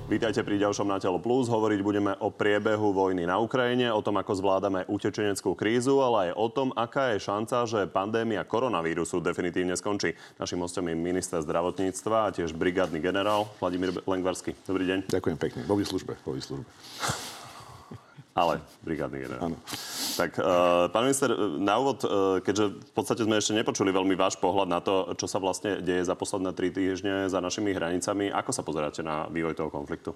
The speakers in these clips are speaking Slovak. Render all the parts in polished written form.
Vítajte pri ďalšom Na telo plus. Hovoriť budeme o priebehu vojny na Ukrajine, o tom, ako zvládame utečeneckú krízu, ale aj o tom, aká je šanca, že pandémia koronavírusu definitívne skončí. Naším hostom je minister zdravotníctva a tiež brigádny generál Vladimír Lengvarský. Dobrý deň. Ďakujem pekne. Vo výslužbe. Ale brigádny generál. Áno. Tak, pán minister, na úvod, keďže v podstate sme ešte nepočuli veľmi váš pohľad na to, čo sa vlastne deje za posledné 3 týždne za našimi hranicami, ako sa pozeráte na vývoj toho konfliktu?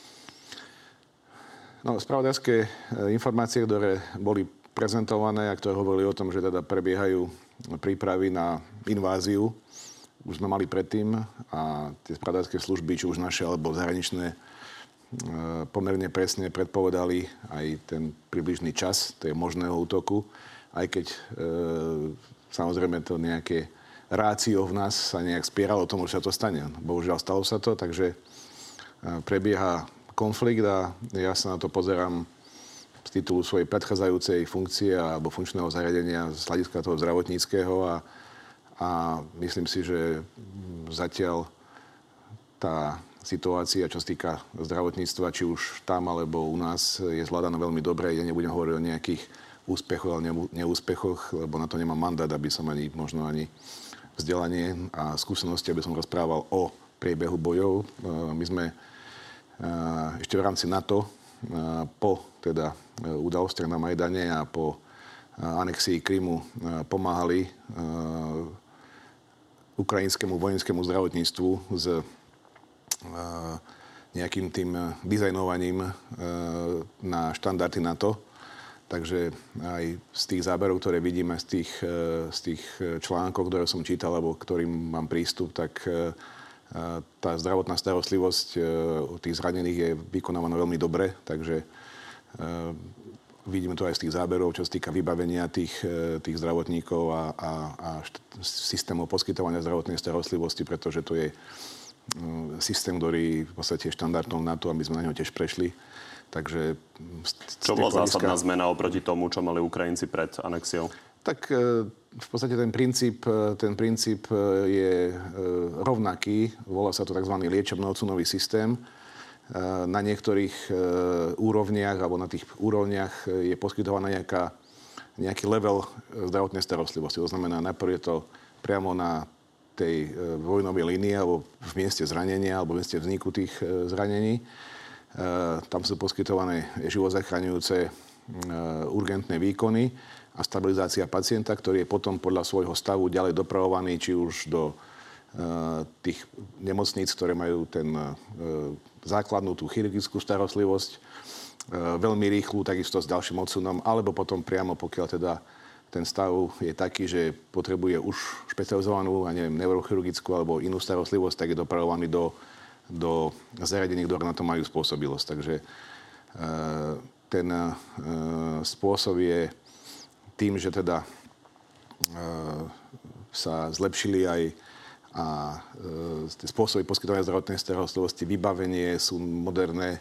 No, spravodajské informácie, ktoré boli prezentované a ktoré hovorili o tom, že teda prebiehajú prípravy na inváziu, už sme mali predtým a tie spravodajské služby, či už naše alebo zahraničné, pomerne presne predpovedali aj ten približný čas toho možného útoku, aj keď samozrejme to nejaké rácio v nás sa nejak spieralo o tom, že sa to stane. Bohužiaľ stalo sa to, takže prebieha konflikt a ja sa na to pozerám z titulu svojej predchádzajúcej funkcie alebo funkčného zariadenia z hľadiska toho zdravotníckeho a myslím si, že zatiaľ tá situácia, čo sa týka zdravotníctva, či už tam alebo u nás, je zvládaná veľmi dobre. Ja nebudem hovoriť o nejakých úspechoch alebo neúspechoch, lebo na to nemám mandát, aby som možno ani vzdelanie a skúsenosti, aby som rozprával o priebehu bojov. My sme ešte v rámci NATO po teda udalostiach na Majdane a po anexii Krymu pomáhali ukrajinskému vojenskému zdravotníctvu s nejakým tým dizajnovaním na štandardy NATO. Takže aj z tých záberov, ktoré vidíme z tých článkov, ktoré som čítal, alebo ktorým mám prístup, tak tá zdravotná starostlivosť u tých zranených je vykonávaná veľmi dobre. Takže vidíme to aj z tých záberov, čo sa týka vybavenia tých zdravotníkov a systémov poskytovania zdravotnej starostlivosti, pretože to je systém, ktorý v podstate je štandardom NATO, aby sme na ňo tiež prešli. Takže čo bola zásadná zmena oproti tomu, čo mali Ukrajinci pred anexiou? Tak v podstate ten princíp je rovnaký. Volá sa to tzv. Liečebno-odsunový systém. Na niektorých úrovniach alebo na tých úrovniach je poskytovaná nejaký level zdravotnej starostlivosti. To znamená, najprv je to priamo na tej vojnovej línie alebo v mieste zranenia alebo v mieste vzniku tých zranení. Tam sú poskytované životzachraňujúce urgentné výkony a stabilizácia pacienta, ktorý je potom podľa svojho stavu ďalej dopravovaný či už do tých nemocníc, ktoré majú ten základnú tú chirurgickú starostlivosť, veľmi rýchlu, takisto s ďalším odsunom, alebo potom priamo, pokiaľ teda ten stav je taký, že potrebuje už špecializovanú, neurochirurgickú alebo inú starostlivosť, tak je dopravovaný do zariadení, ktoré na to majú spôsobilosť. Takže ten spôsob je tým, že teda sa zlepšili aj tie spôsoby poskytovania zdravotnej starostlivosti, vybavenie, sú moderné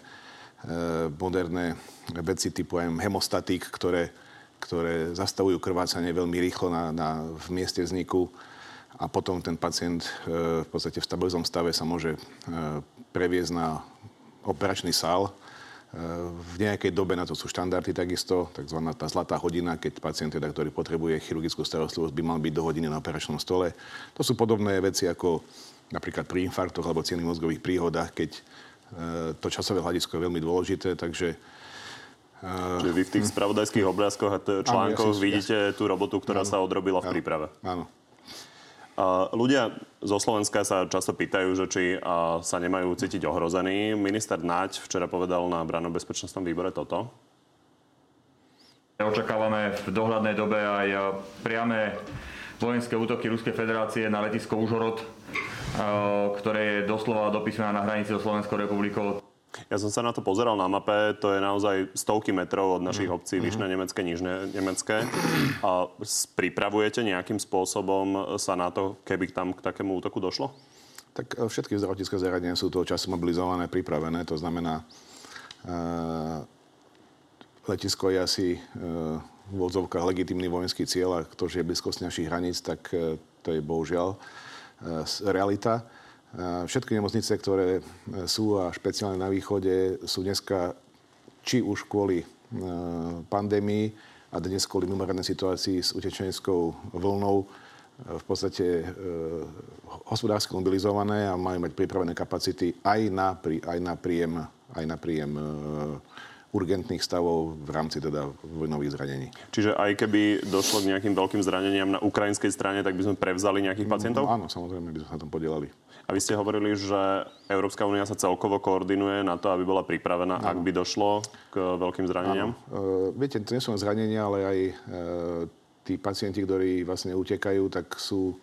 veci typu hemostatík, ktoré zastavujú krvácanie veľmi rýchlo v mieste vzniku a potom ten pacient v podstate v stabilizovanom stave sa môže previesť na operačný sál. V nejakej dobe, na to sú štandardy takisto, takzvaná tá zlatá hodina, keď pacient, ktorý potrebuje chirurgickú starostlivosť, by mal byť do hodiny na operačnom stole. To sú podobné veci ako napríklad pri infarktoch alebo ciennych mozgových príhodách, keď to časové hľadisko je veľmi dôležité, takže čiže vy v tých spravodajských obrázkoch a článkoch vidíte tú robotu, ktorá sa odrobila v príprave. Áno. Ľudia zo Slovenska sa často pýtajú, že či sa nemajú cítiť ohrození. Minister Naď včera povedal na branno-bezpečnostnom výbore toto. Očakávame v dohľadnej dobe aj priame vojenské útoky Ruskej federácie na letisko Užhorod, ktoré je doslova do písmena na hranici so Slovenskou republikou. Ja som sa na to pozeral na mape, to je naozaj stovky metrov od našich obcí, Vyšné Nemecké, Nižné Nemecké. A pripravujete nejakým spôsobom sa na to, keby tam k takému útoku došlo? Tak všetky zdravotnícke zariadenia sú toho času mobilizované, pripravené. To znamená, letisko je asi v odzovkách legitímny vojenský cieľ a to, že je blízkosť našich hraníc, tak to je bohužiaľ realita. Všetky nemocnice, ktoré sú a špeciálne na východe, sú dneska či už kvôli pandémii a dnes kvôli mimoriadnej situácii s utečeneckou vlnou v podstate hospodársky mobilizované a majú mať pripravené kapacity aj na príjem urgentných stavov v rámci teda vojnových zranení. Čiže aj keby došlo k nejakým veľkým zraneniam na ukrajinskej strane, tak by sme prevzali nejakých pacientov? Áno, samozrejme, by sme sa na tom podielali. A vy ste hovorili, že Európska únia sa celkovo koordinuje na to, aby bola pripravená, ak by došlo k veľkým zraneniam? Viete, to nie sú zranenia, ale aj tí pacienti, ktorí vlastne utekajú, tak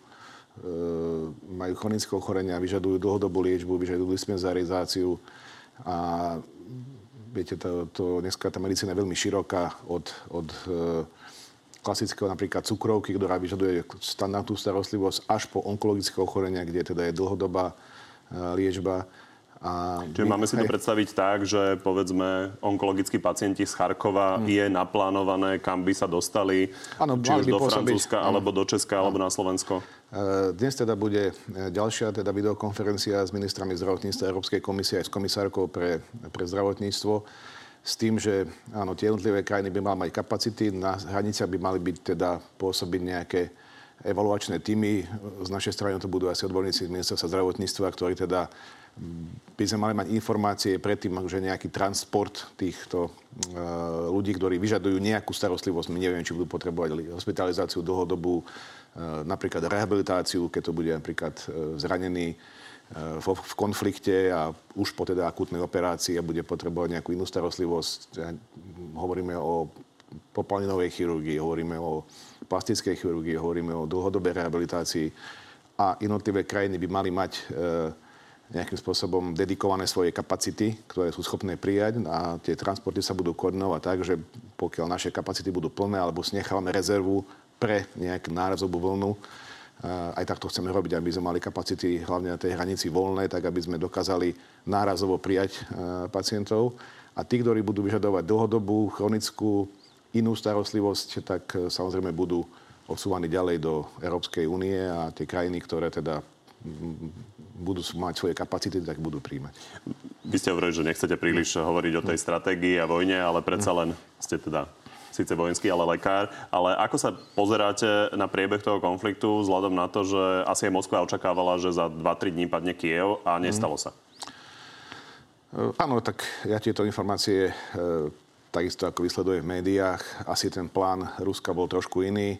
majú chronické ochorenia, vyžadujú dlhodobú liečbu, vyžadujú dispenzarizáciu a viete, dneska tá medicína je veľmi široká od klasického napríklad cukrovky, ktorá vyžaduje standardnú starostlivosť, až po onkologické ochorenia, kde teda je dlhodobá liečba. Čiže máme si to predstaviť tak, že povedzme onkologickí pacienti z Charkova je naplánované, kam by sa dostali, či už do Francúzska, alebo do Česka, alebo na Slovensko? Dnes teda bude ďalšia videokonferencia s ministrami zdravotníctva Európskej komisie aj s komisárkou pre zdravotníctvo s tým, že áno, tie jednotlivé krajiny by mali mať kapacity, na hraniciach by mali byť teda pôsobiť nejaké evaluačné týmy. Z našej strany to budú asi odborníci z ministerstva zdravotníctva, ktorí teda by sme mali mať informácie predtým, že nejaký transport týchto ľudí, ktorí vyžadujú nejakú starostlivosť, my neviem, či budú potrebovať hospitalizáciu dlhodobú, napríklad rehabilitáciu, keď to bude napríklad zranený v konflikte a už po teda akútnej operácii a bude potrebovať nejakú inú starostlivosť. Hovoríme o popalninovej chirurgii, hovoríme o plastickej chirurgii, hovoríme o dlhodobej rehabilitácii a jednotlivé krajiny by mali mať nejakým spôsobom dedikované svoje kapacity, ktoré sú schopné prijať a tie transporty sa budú koordinovať tak, že pokiaľ naše kapacity budú plné alebo si nechávame rezervu pre nejakú nárazovú vlnu, aj takto chceme robiť, aby sme mali kapacity hlavne na tej hranici voľné, tak aby sme dokázali nárazovo prijať pacientov. A tí, ktorí budú vyžadovať dlhodobú, chronickú, inú starostlivosť, tak samozrejme budú odsúvaní ďalej do Európskej únie a tie krajiny, ktoré teda budú mať svoje kapacity, tak budú príjmať. Vy ste hovorili, že nechcete príliš hovoriť o tej stratégii a vojne, ale predsa len ste teda síce vojenský, ale lekár. Ale ako sa pozeráte na priebeh toho konfliktu vzhľadom na to, že asi aj Moskva očakávala, že za 2-3 dní padne Kyjev a nestalo sa? Áno, tak ja tieto informácie takisto ako vysledujem v médiách. Asi ten plán Ruska bol trošku iný.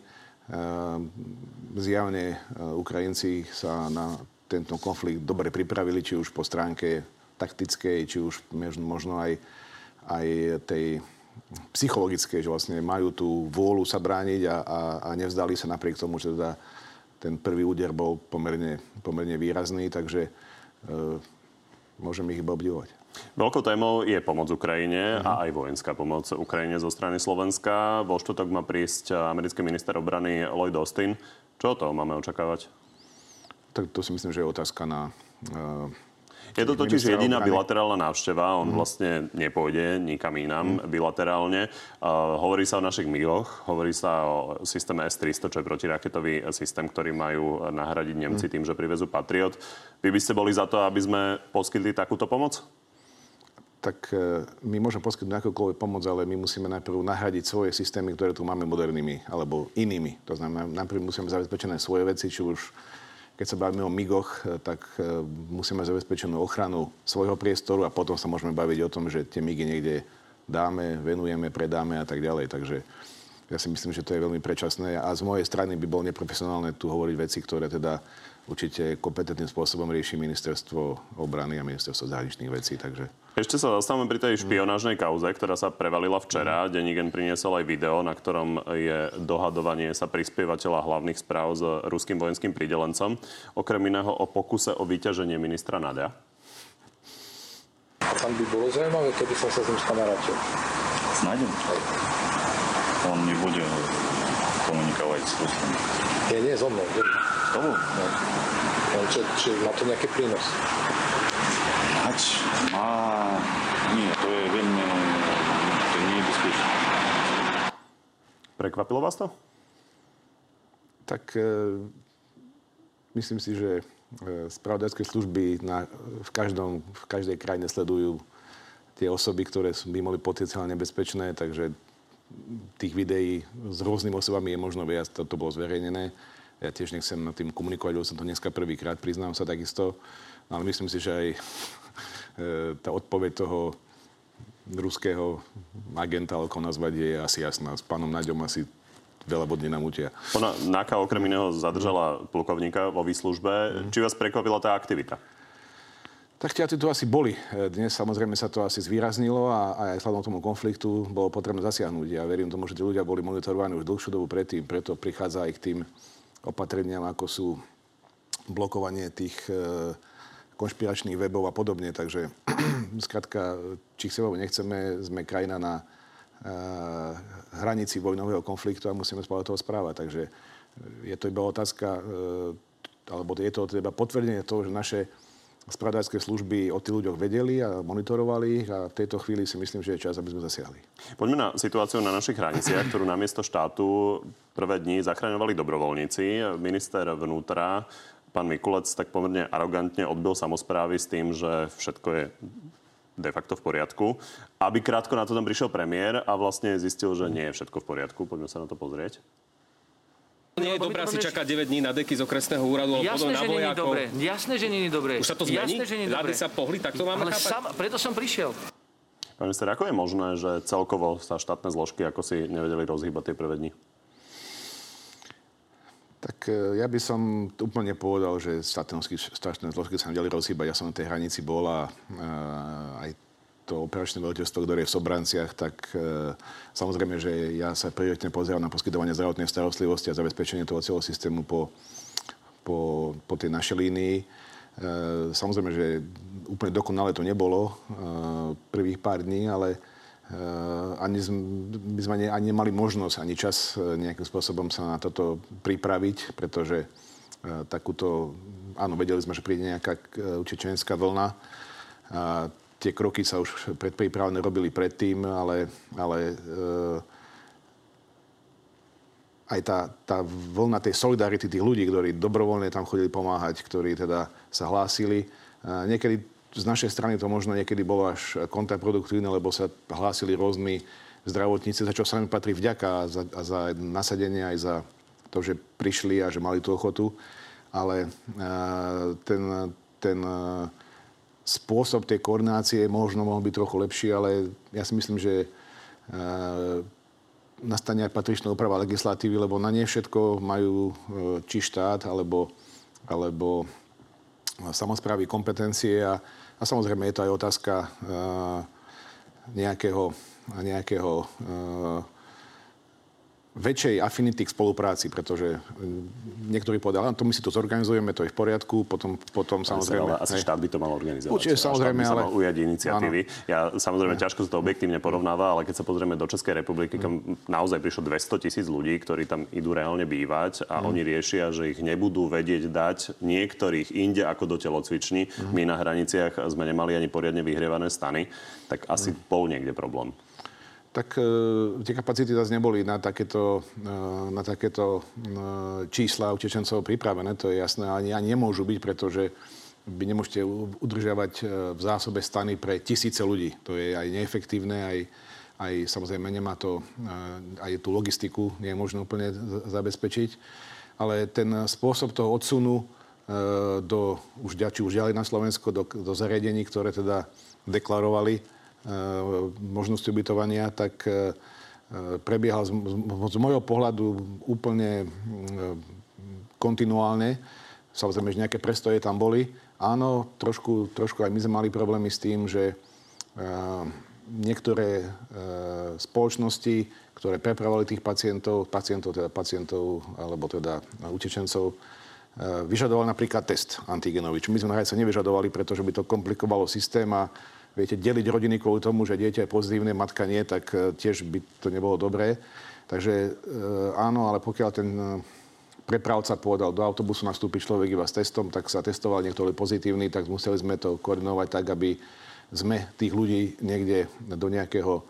Zjavne Ukrajinci sa na tento konflikt dobre pripravili, či už po stránke taktickej, či už možno aj tej psychologickej, že vlastne majú tú vôľu sa brániť a nevzdali sa napriek tomu, že teda ten prvý úder bol pomerne výrazný, takže môžem ich iba obdivovať. Veľkou témou je pomoc Ukrajine a aj vojenská pomoc Ukrajine zo strany Slovenska. Vo štvrtok má prísť americký minister obrany Lloyd Austin. Čo o toho máme očakávať? Tak to si myslím, že je otázka na... Je to totiž jediná bilaterálna návšteva. On vlastne nepôjde nikam inám bilaterálne. Hovorí sa o našich MIG-och, hovorí sa o systéme S-300, čo je protiraketový systém, ktorý majú nahradiť Nemci tým, že privezú Patriot. Vy by ste boli za to, aby sme poskytli takúto pomoc? Tak my môžeme poskytnúť akúkoľvek pomoc, ale my musíme najprv nahradiť svoje systémy, ktoré tu máme modernými alebo inými. To znamená, najprv musíme zabezpečené svoje veci, či už keď sa bavíme o MIG-och, tak musíme zabezpečenú ochranu svojho priestoru a potom sa môžeme baviť o tom, že tie MIGy niekde dáme, venujeme, predáme a tak ďalej. Takže ja si myslím, že to je veľmi predčasné a z mojej strany by bolo neprofesionálne tu hovoriť veci, ktoré teda určite kompetentným spôsobom rieši ministerstvo obrany a ministerstvo zahraničných vecí. Takže... Ešte sa zastavíme pri tej špionážnej kauze, ktorá sa prevalila včera. Denník N priniesol aj video, na ktorom je dohadovanie sa prispievateľa hlavných správ s ruským vojenským pridelencom. Okrem iného o pokuse o vyťaženie ministra Naďa. Tam by bolo zaujímavé, keby som sa s ním skamarátil. S Надем? Он не будет коммуниковать с русскими. Nie, so mnou. S тобой? Či má to nejaký prínos? Nie, to je veľmi nebezpečné. Prekvapilo vás to? Tak Myslím si, že spravodajské služby v každej krajine sledujú tie osoby, ktoré by mohli potenciálne nebezpečné, takže tých videí s rôznymi osobami je možno viac, to bolo zverejnené. Ja tiež nechcem nad tým komunikovať, lebo som to dneska prvýkrát, priznám sa takisto. Ale myslím si, že aj tá odpoveď toho ruského agenta, ako nazvať, je asi jasná. S pánom Naďom asi veľa bodne nám utia. Ona NAKA okrem iného zadržala plukovníka vo výslužbe. Či vás prekvapila tá aktivita? Tak tie tu asi boli. Dnes samozrejme sa to asi zvýraznilo a aj vzhľadom tomu konfliktu bolo potrebné zasiahnuť. Ja verím tomu, že tí ľudia boli monitorovaní už dlhšiu dobu predtým, preto prichádza aj k tým opatreniam, ako sú blokovanie tých konšpiračných webov a podobne. Takže skrátka, či chceme, alebo nechceme, sme krajina na hranici vojnového konfliktu a musíme spolu toho správať. Takže je to iba otázka, alebo je to teda potvrdenie toho, že naše spravodajské služby o tých ľuďoch vedeli a monitorovali ich a v tejto chvíli si myslím, že je čas, aby sme zasiahli. Poďme na situáciu na našich hraniciach, ktorú namiesto štátu prvé dni zachraňovali dobrovoľníci. Minister vnútra, pán Mikulec, tak pomerne arogantne odbil samosprávy s tým, že všetko je de facto v poriadku. Aby krátko na to tam prišiel premiér a vlastne zistil, že nie je všetko v poriadku. Poďme sa na to pozrieť. Nie je dobré si čakať 9 dní na deky z okresného úradu alebo potom na vojakov. Jasné, že nie je dobré. Už sa to zmení? Rady sa pohli, tak to máme chápať. Preto som prišiel. Pán minister, ako je možné, že celkovo sa štátne zložky ako si nevedeli rozhýbať tie prvé dni? Tak ja by som úplne povedal, že štátne zložky sa nedali rozhýbať. Ja som na tej hranici bol a aj to operačné veliteľstvo, ktoré je v Sobranciach, tak samozrejme, že ja sa prioritne pozerám na poskytovanie zdravotnej starostlivosti a zabezpečenie toho celého systému po tej našej línii. Samozrejme, že úplne dokonale to nebolo prvých pár dní, ale ani sme ani nemali možnosť, ani čas nejakým spôsobom sa na toto pripraviť, pretože áno, vedeli sme, že príde nejaká utečenecká vlna. Tie kroky sa už predprípravne robili predtým, ale aj tá vlna tej solidarity tých ľudí, ktorí dobrovoľne tam chodili pomáhať, ktorí teda sa hlásili. Niekedy z našej strany to možno niekedy bolo až kontraproduktívne, lebo sa hlásili rôzni zdravotníci, za čo sa mi patrí vďaka a za nasadenie, aj za to, že prišli a že mali tú ochotu. Ale ten spôsob tej koordinácie možno mohol byť trochu lepší, ale ja si myslím, že nastane aj patričná úprava legislatívy, lebo na nie všetko majú či štát, alebo samosprávy kompetencie a samozrejme je to aj otázka nejakého väčšej afinity k spolupráci, pretože niektorí povedali, to my si to zorganizujeme, to je v poriadku, potom samozrejme... Ale asi štát by to mal organizovať. Určite, samozrejme, štát by sa mal ujať iniciatívy. Áno. Ja samozrejme ťažko sa to objektívne porovnáva, ale keď sa pozrieme do Českej republiky, kam naozaj prišlo 200,000 ľudí, ktorí tam idú reálne bývať a oni riešia, že ich nebudú vedieť dať niektorých inde ako do telocviční. My na hraniciach sme nemali ani poriadne vyhrievané stany, tak asi bol niekde problém. Tak tie kapacity zase neboli na takéto čísla utečencov pripravené, to je jasné, ani nemôžu byť, pretože vy nemôžete udržiavať v zásobe stany pre tisíce ľudí. To je aj neefektívne, aj samozrejme nemá to, aj tú logistiku nie je možné úplne zabezpečiť. Ale ten spôsob toho odsunu či už ďalej na Slovensko, do zariadení, ktoré teda deklarovali možnosti ubytovania, tak prebiehal z môjho pohľadu úplne kontinuálne. Samozrejme, že nejaké prestoje tam boli. Áno, trošku aj my sme mali problémy s tým, že niektoré spoločnosti, ktoré prepravovali tých pacientov alebo teda utečencov, vyžadovali napríklad test antigenový. Čo my sme na hranica nevyžadovali, pretože by to komplikovalo systém a viete, deliť rodiny kvôli tomu, že dieťa je pozitívne, matka nie, tak tiež by to nebolo dobré. Takže áno, ale pokiaľ ten prepravca povedal, do autobusu nastúpi človek iba s testom, tak sa testoval, niekto bol pozitívny, tak museli sme to koordinovať tak, aby sme tých ľudí niekde do nejakého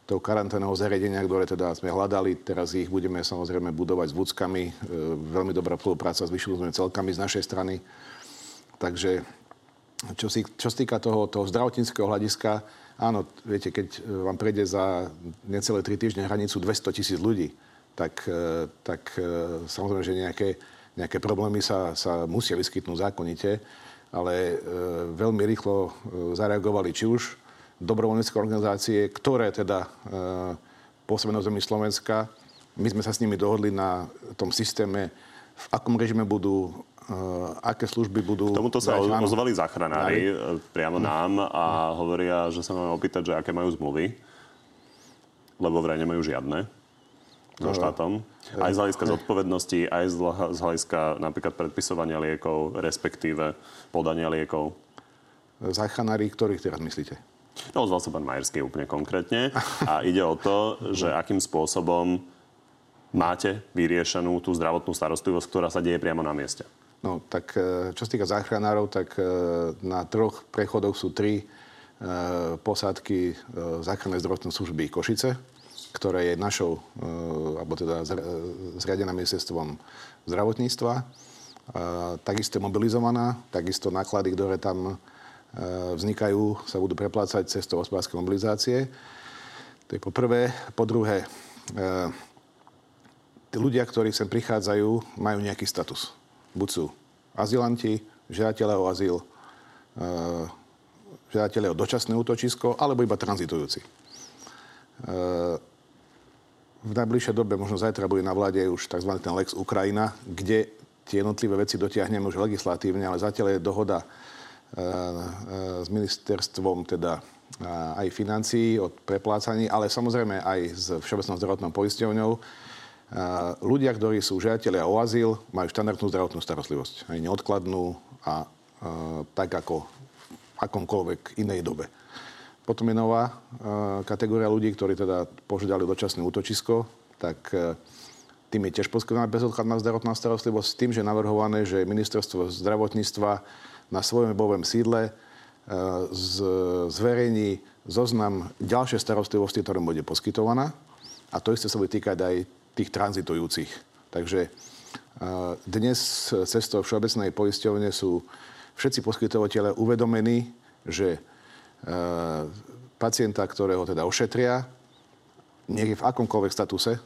toho karanténneho zariadenia, ktoré teda sme hľadali. Teraz ich budeme samozrejme budovať s vúckami. Veľmi dobrá spolupráca s vyššími celkami z našej strany. Takže čo sa týka toho zdravotníckeho hľadiska, áno, viete, keď vám prejde za necelé 3 týždne hranicu 200 000 ľudí, tak samozrejme, že nejaké problémy sa musia vyskytnúť zákonite, ale veľmi rýchlo zareagovali či už dobrovoľnícke organizácie, ktoré teda pôsobia na území Slovenska. My sme sa s nimi dohodli na tom systéme, v akom režime budú, aké služby budú. Tomuto sa ozvali záchranári priamo nám a hovoria, že sa máme opýtať, že aké majú zmluvy, lebo vraj nemajú žiadne so štátom. Aj z hľadiska zodpovednosti, aj z hľadiska napríklad predpisovania liekov, respektíve podania liekov. Záchranári, ktorých teraz myslíte? No, ozval sa pán Majerský úplne konkrétne a ide o to, že akým spôsobom máte vyriešenú tú zdravotnú starostlivosť, ktorá sa deje priamo na mieste. No, tak čo sa týka záchranárov, tak na 3 prechodoch sú 3 posádky záchrannej zdravotnej služby Košice, ktoré je našou, alebo teda zriadená ministerstvom zdravotníctva. Takisto je mobilizovaná, takisto náklady, ktoré tam vznikajú, sa budú preplácať cestou hospodárskej mobilizácie. To je po prvé. Po druhé, tí ľudia, ktorí sem prichádzajú, majú nejaký status. Buď sú azylanti, žiadatelia o azyl, žiadatelia o dočasné útočisko, alebo iba tranzitujúci. V najbližšej dobe, možno zajtra, bude na vláde už tzv. Ten Lex Ukrajina, kde tie jednotlivé veci dotiahneme už legislatívne, ale zatiaľ je dohoda s ministerstvom teda aj financií od preplácaní, ale samozrejme aj s Všeobecnou zdravotnou poisťovňou. Ľudia, ktorí sú žiadatelia o azyl, majú štandardnú zdravotnú starostlivosť. Aj neodkladnú a tak ako v akomkoľvek inej dobe. Potom je nová kategória ľudí, ktorí teda požiadali dočasné útočisko, tak tým je tiež poskytovaná bezodkladná zdravotná starostlivosť s tým, že je navrhované, že ministerstvo zdravotníctva na svojom webovom sídle zverejní zoznam ďalšej starostlivosti, ktorá bude poskytovaná. A to isté sa bude týkať aj tých tranzitujúcich. Takže dnes cestou Všeobecnej poisťovne sú všetci poskytovateľe uvedomení, že pacienta, ktorého teda ošetria, nech je v akomkoľvek statuse,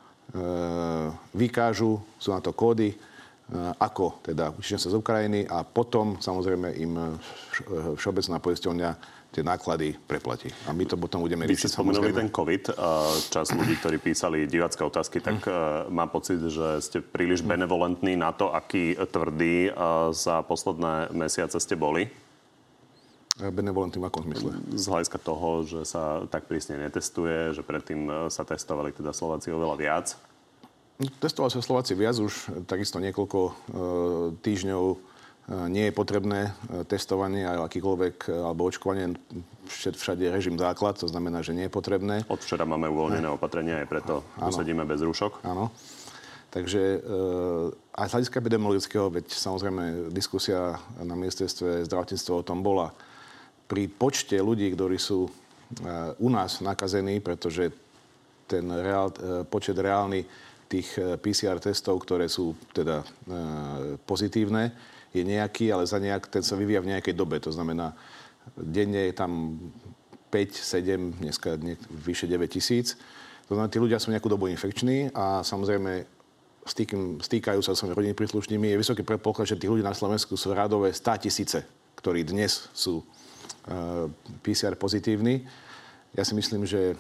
vykážu, sú na to kódy, ako teda utečenci z Ukrajiny a potom samozrejme im Všeobecná poisťovňa tie náklady preplatí. A my to potom budeme riešiť. Vy ste spomenuli ten COVID. Časť ľudí, ktorí písali divácké otázky, tak mám pocit, že ste príliš benevolentní na to, aký tvrdí za posledné mesiace ste boli. Benevolentný v akom zmysle? Z hľadiska toho, že sa tak prísne netestuje, že predtým sa testovali teda Slováci oveľa viac. Testovali sa Slováci viac už takisto niekoľko týždňov. Nie je potrebné testovanie alebo akýkoľvek alebo očkovanie. Všade je režim základ, to znamená, že nie je potrebné. Od včera máme uvoľnené opatrenia, aj preto tu sedíme bez rúšok. Áno. Takže aj z hľadiska epidemiologického, veď samozrejme diskusia na ministerstve zdravotníctva o tom bola. Pri počte ľudí, ktorí sú u nás nakazení, pretože ten počet reálny tých PCR testov, ktoré sú teda pozitívne, je nejaký, ale ten sa vyvíja v nejakej dobe. To znamená, denne je tam 5, 7, dneska vyše 9 000. To znamená, tí ľudia sú nejakú dobu infekční a samozrejme stýkajú sa s rodinnými príslušnými. Je vysoký predpoklad, že tých ľudí na Slovensku sú rádové 100 000, ktorí dnes sú PCR pozitívni. Ja si myslím, že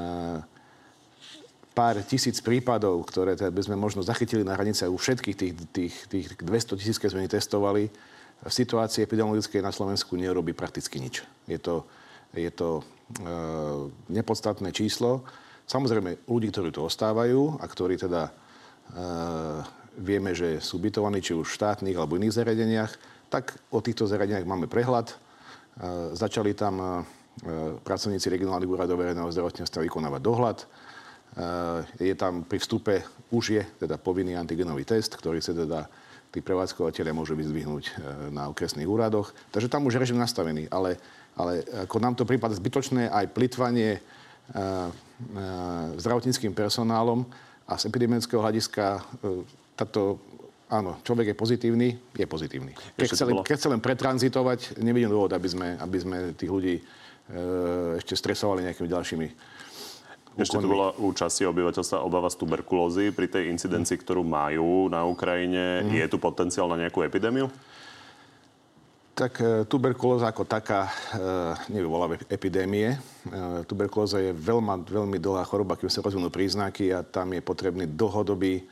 pár tisíc prípadov, ktoré by sme možno zachytili na hranice u všetkých tých 200 000, keď sme ich testovali, v situácii epidemiologickej na Slovensku nerobí prakticky nič. Je to nepodstatné číslo. Samozrejme, ľudí, ktorí tu ostávajú a ktorí teda vieme, že sú bytovaní či už v štátnych alebo iných zariadeniach, tak o týchto zariadeniach máme prehľad. Začali tam pracovníci regionálnych úradov verejného zdravotníctva vykonávať dohľad. Je tam pri vstupe už je teda povinný antigenový test, ktorý sa teda tí prevádzkovateľia môžu vyzdvihnúť na okresných úradoch. Takže tam už je režim nastavený, ale ako nám to prípada zbytočné aj plytvanie zdravotníckym personálom a z epidemiologického hľadiska áno, človek je pozitívny. Keď chce len pretranzitovať, nevidím dôvod, aby sme tých ľudí ešte stresovali nejakými ďalšími úkonmi. Ešte tu bola u časti obyvateľstva obava z tuberkulózy. Pri tej incidencii, ktorú majú na Ukrajine, je tu potenciál na nejakú epidémiu? Tak tuberkulóza ako taká nevyvolá epidémie. Tuberkulóza je veľmi dlhá choroba, kým sa rozvinú príznaky a tam je potrebný dlhodobý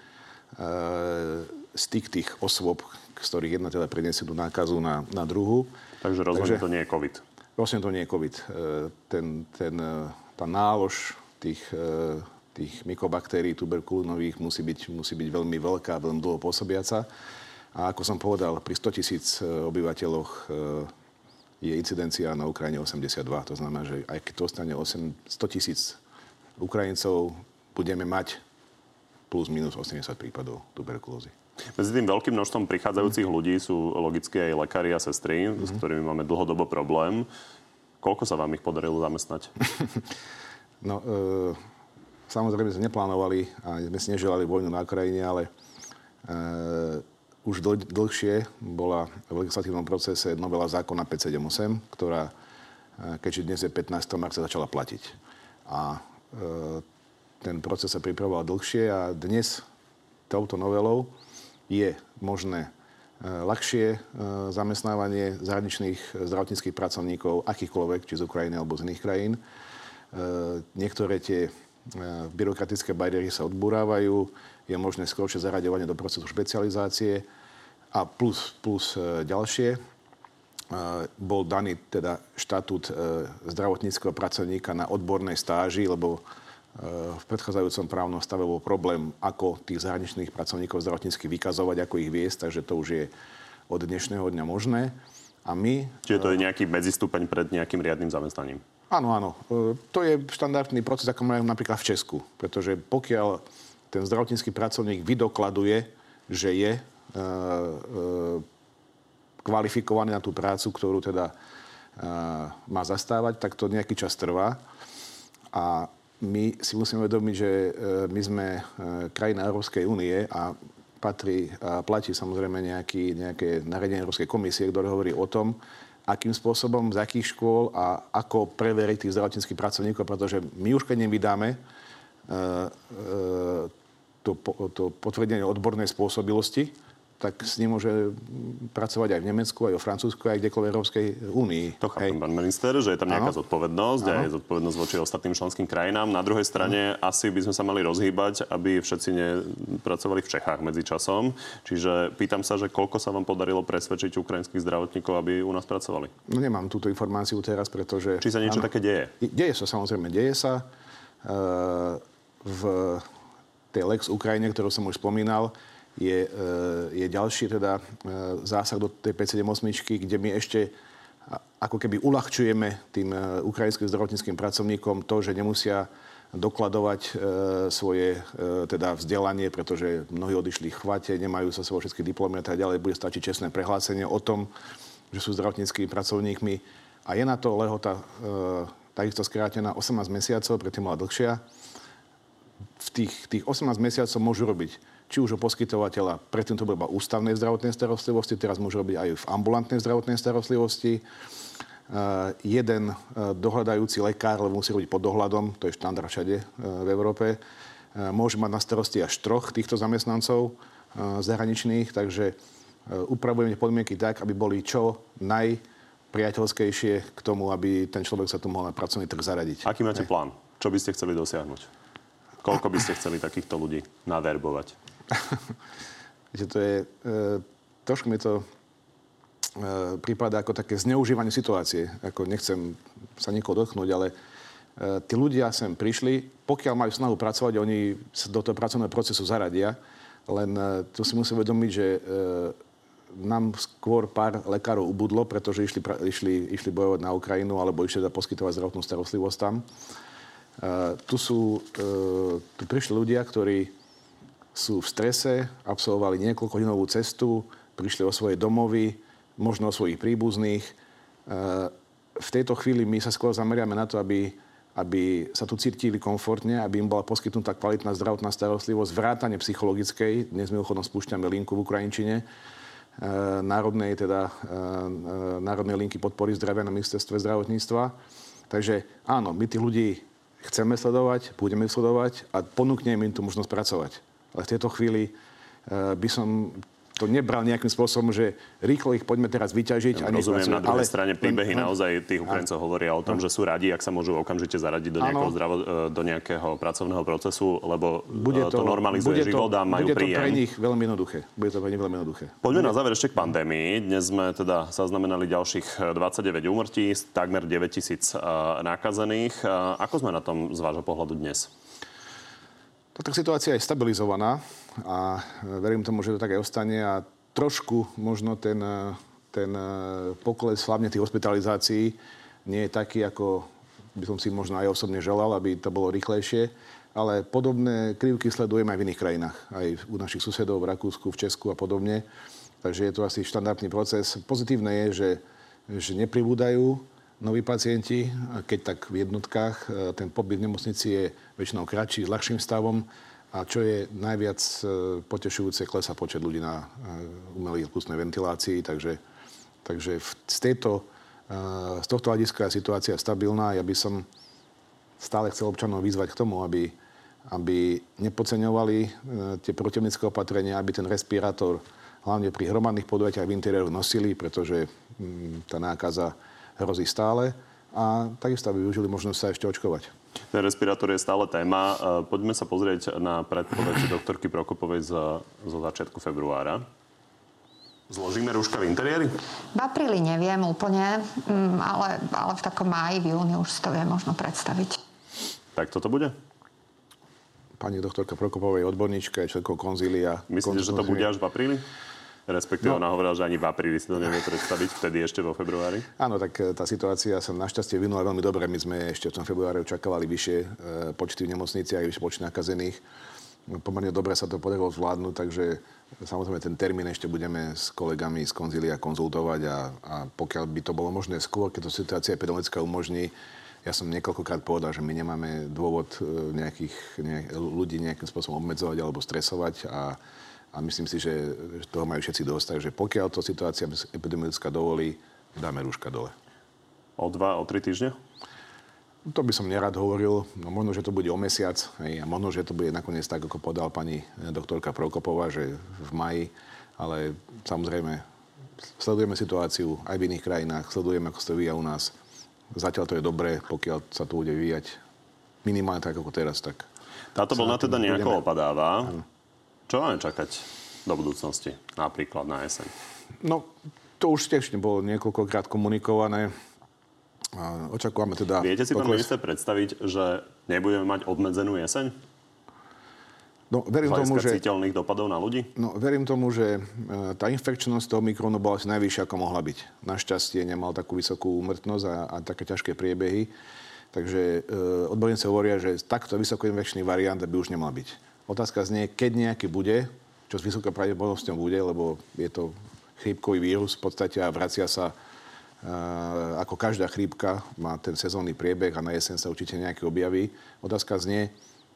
styk tých osôb, z ktorých jedna teda preniesie tú nákazu na druhú. Takže rozhodne to nie je COVID. Rozhodne to nie je COVID. Tá nálož tých mykobaktérií tuberkulónových musí byť veľmi veľká, veľmi dlho pôsobiaca. A ako som povedal, pri 100 000 obyvateľoch je incidencia na Ukrajine 82. To znamená, že aj keď to ostane 100 000 Ukrajincov, budeme mať plus minus 80 prípadov tuberkulózy. Medzi tým veľkým množstvom prichádzajúcich ľudí sú logicky aj lekári a sestry, s ktorými máme dlhodobo problém. Koľko sa vám ich podarilo zamestnať? No, samozrejme sme neplánovali a sme si neželali vojnu na Ukrajine, ale už dlhšie bola v legislatívnom procese novela zákona 578, ktorá, keďže dnes je 15. marca, začala platiť. A ten proces sa pripravoval dlhšie a dnes touto novelou je možné ľahšie zamestnávanie zahraničných zdravotníckych pracovníkov, akýchkoľvek, či z Ukrajiny alebo z iných krajín. Niektoré tie byrokratické bariéry sa odburávajú, je možné skôršie zaraďovanie do procesu špecializácie a plus ďalšie. Bol daný teda štatút zdravotníckeho pracovníka na odbornej stáži, lebo v predchádzajúcom právnom stave bol problém, ako tých zahraničných pracovníkov zdravotníckych vykazovať, ako ich viesť, takže to už je od dnešného dňa možné. A my... Čiže to je nejaký medzistupeň pred nejakým riadnym zamestnaním? Áno. To je štandardný proces, ako majú napríklad v Česku. Pretože pokiaľ ten zdravotnícky pracovník vydokladuje, že je kvalifikovaný na tú prácu, ktorú teda má zastávať, tak to nejaký čas trvá. A my si musíme uvedomiť, že my sme krajina Európskej únie a platí samozrejme nejaké nariadenie Európskej komisie, ktoré hovorí o tom, akým spôsobom, z akých škôl a ako preveriť tých zdravotníckych pracovníkov, pretože my už keď nevydáme to potvrdenie odbornej spôsobilosti, tak s ním môže pracovať aj v Nemecku, aj vo Francúzsku, aj kdekoľvek v Európskej únii. To chápem, pán minister, že je tam nejaká zodpovednosť a je zodpovednosť voči ostatným členským krajinám. Na druhej strane asi by sme sa mali rozhýbať, aby všetci nepracovali v Čechách medzi časom. Čiže pýtam sa, že koľko sa vám podarilo presvedčiť ukrajinských zdravotníkov, aby u nás pracovali? No nemám túto informáciu teraz, pretože... Či sa niečo také deje? Deje sa, samozrejme, deje sa. V tej Lex Ukrajine, ktorú som už spomínal, je ďalší teda zásah do tej 578, kde my ešte ako keby uľahčujeme tým ukrajinským zdravotníckym pracovníkom to, že nemusia dokladovať svoje teda vzdelanie, pretože mnohí odišli v chvate, nemajú sa svoje všetky diplomy a tak ďalej. Bude stačiť čestné prehlásenie o tom, že sú zdravotníckymi pracovníkmi. A je na to lehota takisto skrátená 18 mesiacov, predtým bola dlhšia. V tých 18 mesiacov môžu robiť či už o poskytovateľa, predtým to bola ústavnej zdravotnej starostlivosti, teraz môže robiť aj v ambulantnej zdravotnej starostlivosti. Jeden dohľadajúci lekár, lebo musí robiť pod dohľadom, to je štandard všade v Európe, môže mať na starosti až 3 týchto zamestnancov zahraničných, takže upravujeme podmienky tak, aby boli čo najpriateľskejšie k tomu, aby ten človek sa tu mohol na pracovný trh zaradiť. Aký máte plán? Čo by ste chceli dosiahnuť? Koľko by ste chceli takýchto ľudí naverbovať? To je... Trošku mi to prípada ako také zneužívanie situácie. Ako nechcem sa nikoho dotknúť, ale tí ľudia sem prišli, pokiaľ majú snahu pracovať, oni sa do toho pracovného procesu zaradia. Len tu si musím uvedomiť, že nám skôr pár lekárov ubudlo, pretože išli bojovať na Ukrajinu alebo išli poskytovať zdravotnú starostlivosť tam. Tu prišli ľudia, ktorí sú v strese, absolvovali niekoľkodinovú cestu, prišli o svoje domovy, možno o svojich príbuzných. V tejto chvíli my sa skôr zameriame na to, aby aby sa tu cítili komfortne, aby im bola poskytnutá kvalitná zdravotná starostlivosť, vrátane psychologickej. Dnes mimochodom spúšťame linku v ukrajinčine národnej linky podpory zdravia na ministerstve zdravotníctva. Takže áno, my tých ľudí chceme sledovať, budeme sledovať a ponúkneme im tú možnosť pracovať. Ale v tejto chvíli by som to nebral nejakým spôsobom, že rýchlo ich poďme teraz vyťažiť. Ja rozumiem, na druhej strane príbehy naozaj tých Ukrajincov hovoria o tom, že sú radi, ak sa môžu okamžite zaradiť do nejakého pracovného procesu, lebo to normalizuje život a majú príjem. Bude to pre nich veľmi jednoduché. Poďme na záver ešte k pandémii. Dnes sme teda zaznamenali ďalších 29 úmrtí, takmer 9 000 nakazených. Ako sme na tom z vášho pohľadu dnes? Tak situácia je stabilizovaná a verím tomu, že to tak aj ostane a trošku možno ten pokles hlavne tých hospitalizácií nie je taký, ako by som si možno aj osobne želal, aby to bolo rýchlejšie, ale podobné krivky sledujeme aj v iných krajinách, aj u našich susedov v Rakúsku, v Česku a podobne. Takže je to asi štandardný proces. Pozitívne je, že nepribúdajú noví pacienti, keď tak v jednotkách, ten pobyt v nemocnici je väčšinou kratší, s ľahším stavom a čo je najviac potešujúce, klesá počet ľudí na umelej pustnej ventilácii, takže z tohto hľadiska je situácia stabilná. Ja by som stále chcel občanov vyzvať k tomu, aby nepodceňovali tie protivnické opatrenia, aby ten respirátor hlavne pri hromadných podujatiach v interiéru nosili, pretože tá nákaza hrozí stále a takisto aby využili možnosť sa ešte očkovať. Ten respirátor je stále téma. Poďme sa pozrieť na predpoveď doktorky Prokopovej zo začiatku februára. Zložíme rúška v interiéri? V apríli neviem úplne, ale v takom máji, v júni už si to vie možno predstaviť. Tak toto bude? Pani doktorka Prokopovej odborníčka je členkou konzília. Myslíte, že to bude až v apríli? Respektíve ona hovorila, že ani v apríli si to nevie predstaviť, vtedy ešte vo februári. Áno, tak tá situácia sa našťastie vynula veľmi dobre. My sme ešte v tom februári očakávali vyššie počty v nemocniciach, vyššie počty nakazených. Pomerne dobre sa to podarilo zvládnuť, takže samozrejme ten termín ešte budeme s kolegami z konzília konzultovať a pokiaľ by to bolo možné skôr, keď to situácia epidemická umožní, ja som niekoľkokrát povedal, že my nemáme dôvod ľudí nejakým spôsobom obmedzovať alebo stresovať a myslím si, že toho majú všetci dosť. Takže pokiaľ to situácia epidemiologická dovolí, dáme rúška dole. O 2-3 týždne? To by som nerad hovoril. No, možno, že to bude o mesiac. A možno, že to bude nakoniec tak, ako povedal pani doktorka Prokopová, že v maji. Ale samozrejme, sledujeme situáciu aj v iných krajinách. Sledujeme, ako sa to vyvíja u nás. Zatiaľ to je dobré, pokiaľ sa to bude vyvíjať minimálne tak, ako teraz. Tak táto vlna teda nejako opadáva. Áno. Čo máme čakať do budúcnosti, napríklad na jeseň? No, to už tiež bolo niekoľkokrát komunikované. Očakávame teda... Viete si, pán minister, predstaviť, že nebudeme mať obmedzenú jeseň? No, verím tomu, že... citeľných dopadov na ľudí? No, verím tomu, že tá infekčnosť toho Omikrónu bola asi najvyššia, ako mohla byť. Našťastie nemal takú vysokú úmrtnosť a také ťažké priebehy. Takže odborníci hovoria, že takto vysokoinfekčný variant by už nemal byť. Otázka znie, keď nejaký bude, čo s vysokou pravdepodobnosťou bude, lebo je to chrípkový vírus v podstate a vracia sa ako každá chrípka, má ten sezónny priebeh a na jeseň sa určite nejaký objaví. Otázka znie,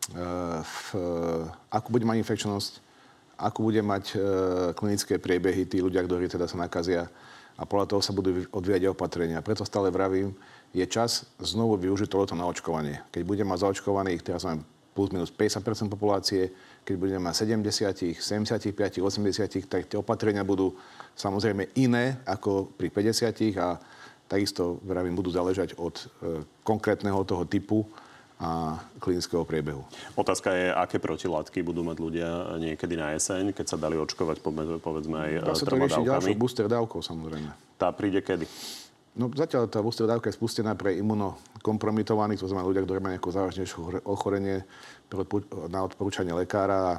akú bude mať infekčnosť, akú bude mať klinické priebehy tí ľudia, ktorí teda sa nakazia a podľa toho sa budú odvíjať opatrenia. Preto stále vravím, je čas znovu využiť tohto na očkovanie. Keď budeme mať zaočkovaných, teraz máme plus minus 50% populácie, keď budeme mať 70, 75, 80, tak tie opatrenia budú samozrejme iné ako pri 50 a takisto, vravím, budú záležať od konkrétneho toho typu a klinického priebehu. Otázka je, aké protilátky budú mať ľudia niekedy na jeseň, keď sa dali očkovať, povedzme aj 3 dávkami. Dá sa to riešiť ďalšou booster dávkou, samozrejme. Tá príde kedy? No zatiaľ tá booster dávka je spustená pre imunokompromitovaných, to znamená ľudia, ktorí majú nejaké závažnejšie ochorenie na odporúčanie lekára.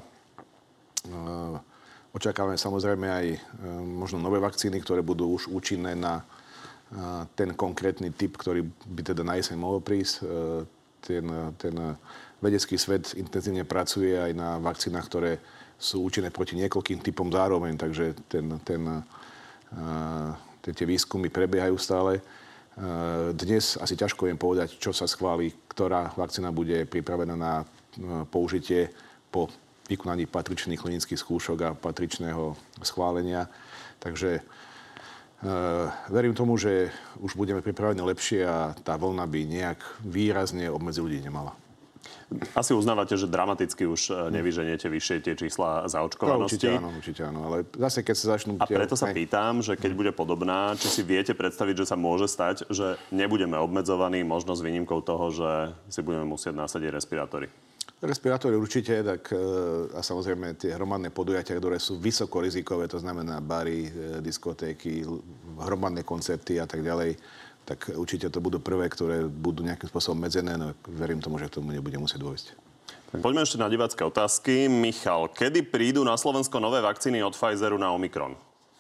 Očakávame samozrejme aj možno nové vakcíny, ktoré budú už účinné na ten konkrétny typ, ktorý by teda na jeseň mohol prísť. Ten vedecký svet intenzívne pracuje aj na vakcínach, ktoré sú účinné proti niekoľkým typom zároveň, takže tie výskumy prebiehajú stále. Dnes asi ťažko viem povedať, čo sa schváli, ktorá vakcína bude pripravená na použitie po vykonaní patričných klinických skúšok a patričného schválenia. Takže verím tomu, že už budeme pripravení lepšie a tá vlna by nejak výrazne obmedzi ľudí nemala. Asi uznávate, že dramaticky už nevyženiete vyššie tie čísla zaočkovanosti. Určite áno, ale zase keď sa začnú... A preto sa pýtam, že keď bude podobná, či si viete predstaviť, že sa môže stať, že nebudeme obmedzovaní, možno s výnimkou toho, že si budeme musieť nasadiť respirátory. Respirátory určite, tak a samozrejme tie hromadné podujatia, ktoré sú vysoko rizikové, to znamená bary, diskotéky, hromadné koncerty a tak ďalej, tak určite to budú prvé, ktoré budú nejakým spôsobom medzené, no verím tomu, že k tomu nebude musieť dôjsť. Poďme ešte na divácké otázky. Michal, kedy prídu na Slovensko nové vakcíny od Pfizeru na Omikron?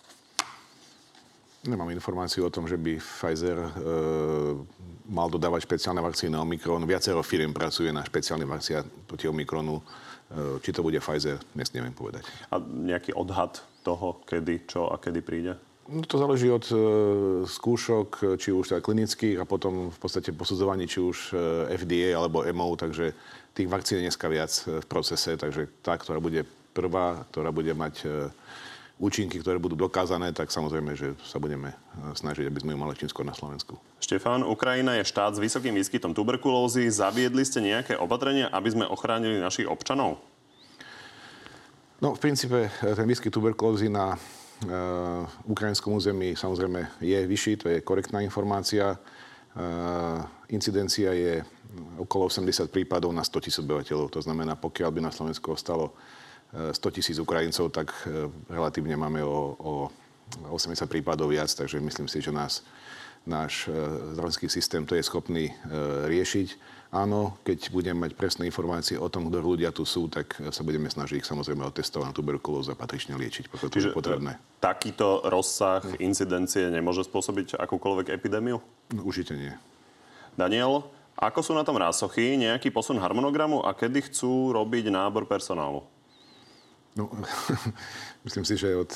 Nemám informáciu o tom, že by Pfizer mal dodávať špeciálne vakcíny na Omikron. Viacero firiem pracuje na špeciálnych vakcínach proti Omikronu. Či to bude Pfizer, dnes neviem povedať. A nejaký odhad toho, kedy, čo a kedy príde? No, to záleží od skúšok, či už klinických a potom v podstate posudzovaní, či už FDA alebo EMO, takže tých vakcín je dneska viac v procese, takže tá, ktorá bude prvá, ktorá bude mať účinky, ktoré budú dokázané, tak samozrejme, že sa budeme snažiť, aby sme ju mali čím skôr na Slovensku. Štefán, Ukrajina je štát s vysokým výskytom tuberkulózy. Zaviedli ste nejaké opatrenia, aby sme ochránili našich občanov? No, v princípe ten výskyt tuberkulózy na ukrajinskom území samozrejme je vyšší, to je korektná informácia. Incidencia je okolo 80 prípadov na 100 000 obyvateľov. To znamená, pokiaľ by na Slovensku ostalo 100 000 Ukrajincov, tak relatívne máme o 80 prípadov viac, takže myslím si, že náš zdravotnícky systém to je schopný riešiť. Áno, keď budeme mať presné informácie o tom, kto ľudia tu sú, tak sa budeme snažiť ich samozrejme otestovať na tuberkulózu a patrične liečiť, pokiaľ to je potrebné. Takýto rozsah incidencie nemôže spôsobiť akúkoľvek epidémiu? No, určite nie. Daniel, ako sú na tom Rásochy? Nejaký posun harmonogramu a kedy chcú robiť nábor personálu? No, myslím si, že od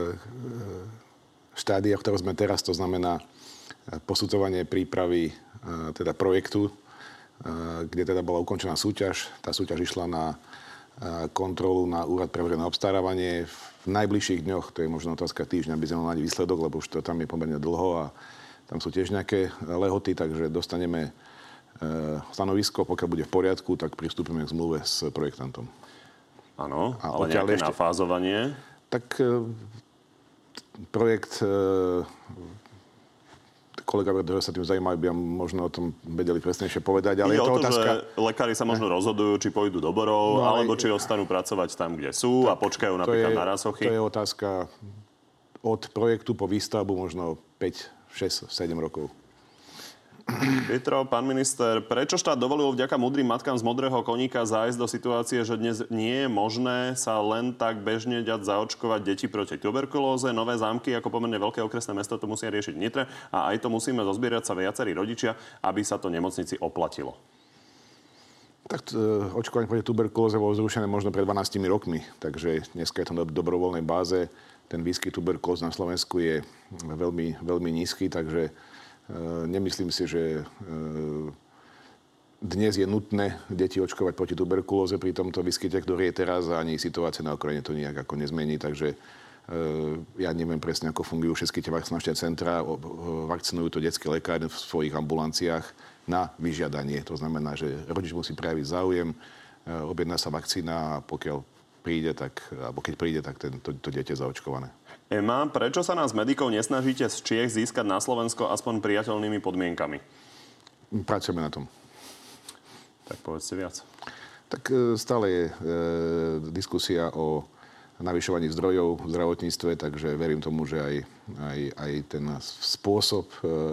štádia, v ktorom sme teraz, to znamená posudzovanie prípravy teda projektu, kde teda bola ukončená súťaž. Tá súťaž išla na kontrolu na Úrad pre verejné obstarávanie. V najbližších dňoch, to je možno otázka týždňa, by sme mali výsledok, lebo už to tam je pomerne dlho a tam sú tiež nejaké lehoty, takže dostaneme stanovisko. Pokiaľ bude v poriadku, tak pristúpime k zmluve s projektantom. Áno, ale nejaké nafázovanie? Tak projekt... Kolega, ktorý sa tým zaujímajú, by možno o tom vedeli presnejšie povedať, ale je to otázka... že lekári sa možno rozhodujú, či pôjdu do Borov, alebo či ostanú pracovať tam, kde sú a počkajú napríklad na Rásochy. To je otázka od projektu po výstavbu možno 5, 6, 7 rokov. Pietro, pán minister, prečo štát dovolil vďaka múdrym matkám z modrého koníka zájsť do situácie, že dnes nie je možné sa len tak bežne dať zaočkovať deti proti tuberkulóze? Nové Zámky, ako pomerne veľké okresné mesto, to musia riešiť v Nitre a aj to musíme zozbierať sa viacerí rodičia, aby sa to nemocnici oplatilo. Tak očkovanie proti tuberkulóze bolo zrušené možno pred 12 rokmi, takže dneska je to na dobrovoľnej báze. Ten výskyt tuberkulózy na Slovensku je veľmi, veľmi nízky, takže nemyslím si, že dnes je nutné deti očkovať proti tuberkulóze pri tomto výskyte, ktorý je teraz, a ani situácia na Ukrajine to nejak ako nezmení. Takže ja neviem presne, ako fungujú všetky tie vakcinačné centrá. Vakcinujú to detské lekári v svojich ambulanciách na vyžiadanie. To znamená, že rodič musí prejaviť záujem, objedná sa vakcína a pokiaľ príde, tak, alebo keď príde, tak to dieťa je zaočkované. Ema, prečo sa nás medikov nesnažíte z Čiech získať na Slovensko aspoň priateľnými podmienkami? Pracujeme na tom. Tak povedzte viac. Tak stále je diskusia o navyšovaní zdrojov v zdravotníctve, takže verím tomu, že aj ten spôsob,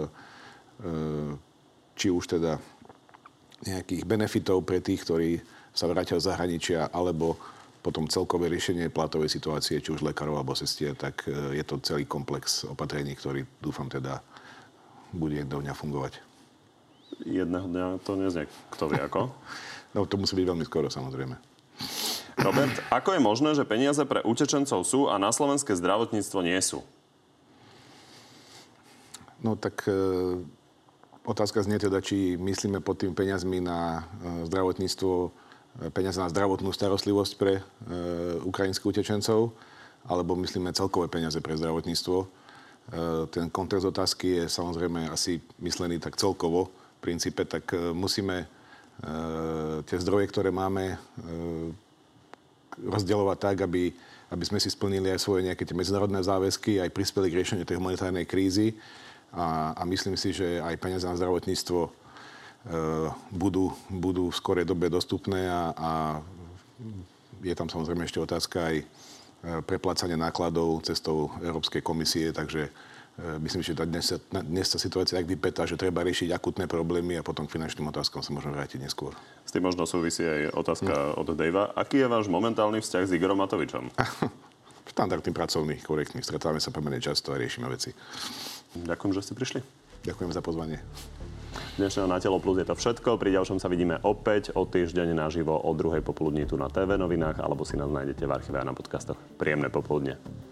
či už teda nejakých benefitov pre tých, ktorí sa vrátia z zahraničia, alebo potom celkové riešenie platovej situácie, či už lekárov alebo sestier, tak je to celý komplex opatrení, ktorý dúfam teda bude jedného dňa fungovať. Jedného dňa to neznie, kto vie ako. No to musí byť veľmi skoro, samozrejme. Robert, ako je možné, že peniaze pre utečencov sú a na slovenské zdravotníctvo nie sú? No tak Otázka znie teda, či myslíme pod tým peniazmi na zdravotníctvo, peniaze na zdravotnú starostlivosť pre ukrajinských utečencov, alebo myslíme celkové peniaze pre zdravotníctvo. Ten kontext otázky je samozrejme asi myslený tak celkovo v princípe, tak musíme tie zdroje, ktoré máme, rozdeľovať tak, aby sme si splnili aj svoje nejaké tie medzinárodné záväzky, aj prispeli k riešeniu tej humanitárnej krízy. A myslím si, že aj peniaze na zdravotníctvo budú v skorej dobe dostupné a je tam samozrejme ešte otázka aj preplácanie nákladov cestou Európskej komisie, takže myslím, že dnes tá situácia tak vypätá, že treba riešiť akutné problémy a potom k finančným otázkom sa môžeme vrátiť neskôr. S tým možno súvisí aj otázka od Davea. Aký je váš momentálny vzťah s Igorom Matovičom? Štandardný, pracovný, korektný. Stretávame sa pomerne často a riešime veci. Ďakujem, že ste prišli. Ďakujem za pozvanie. Dnešného Na telo plus je to všetko. Pri ďalšom sa vidíme opäť o týždeň naživo o 2:00 popoludní tu na TV novinách alebo si nás nájdete v archíve a na podcastoch. Príjemné popoludne.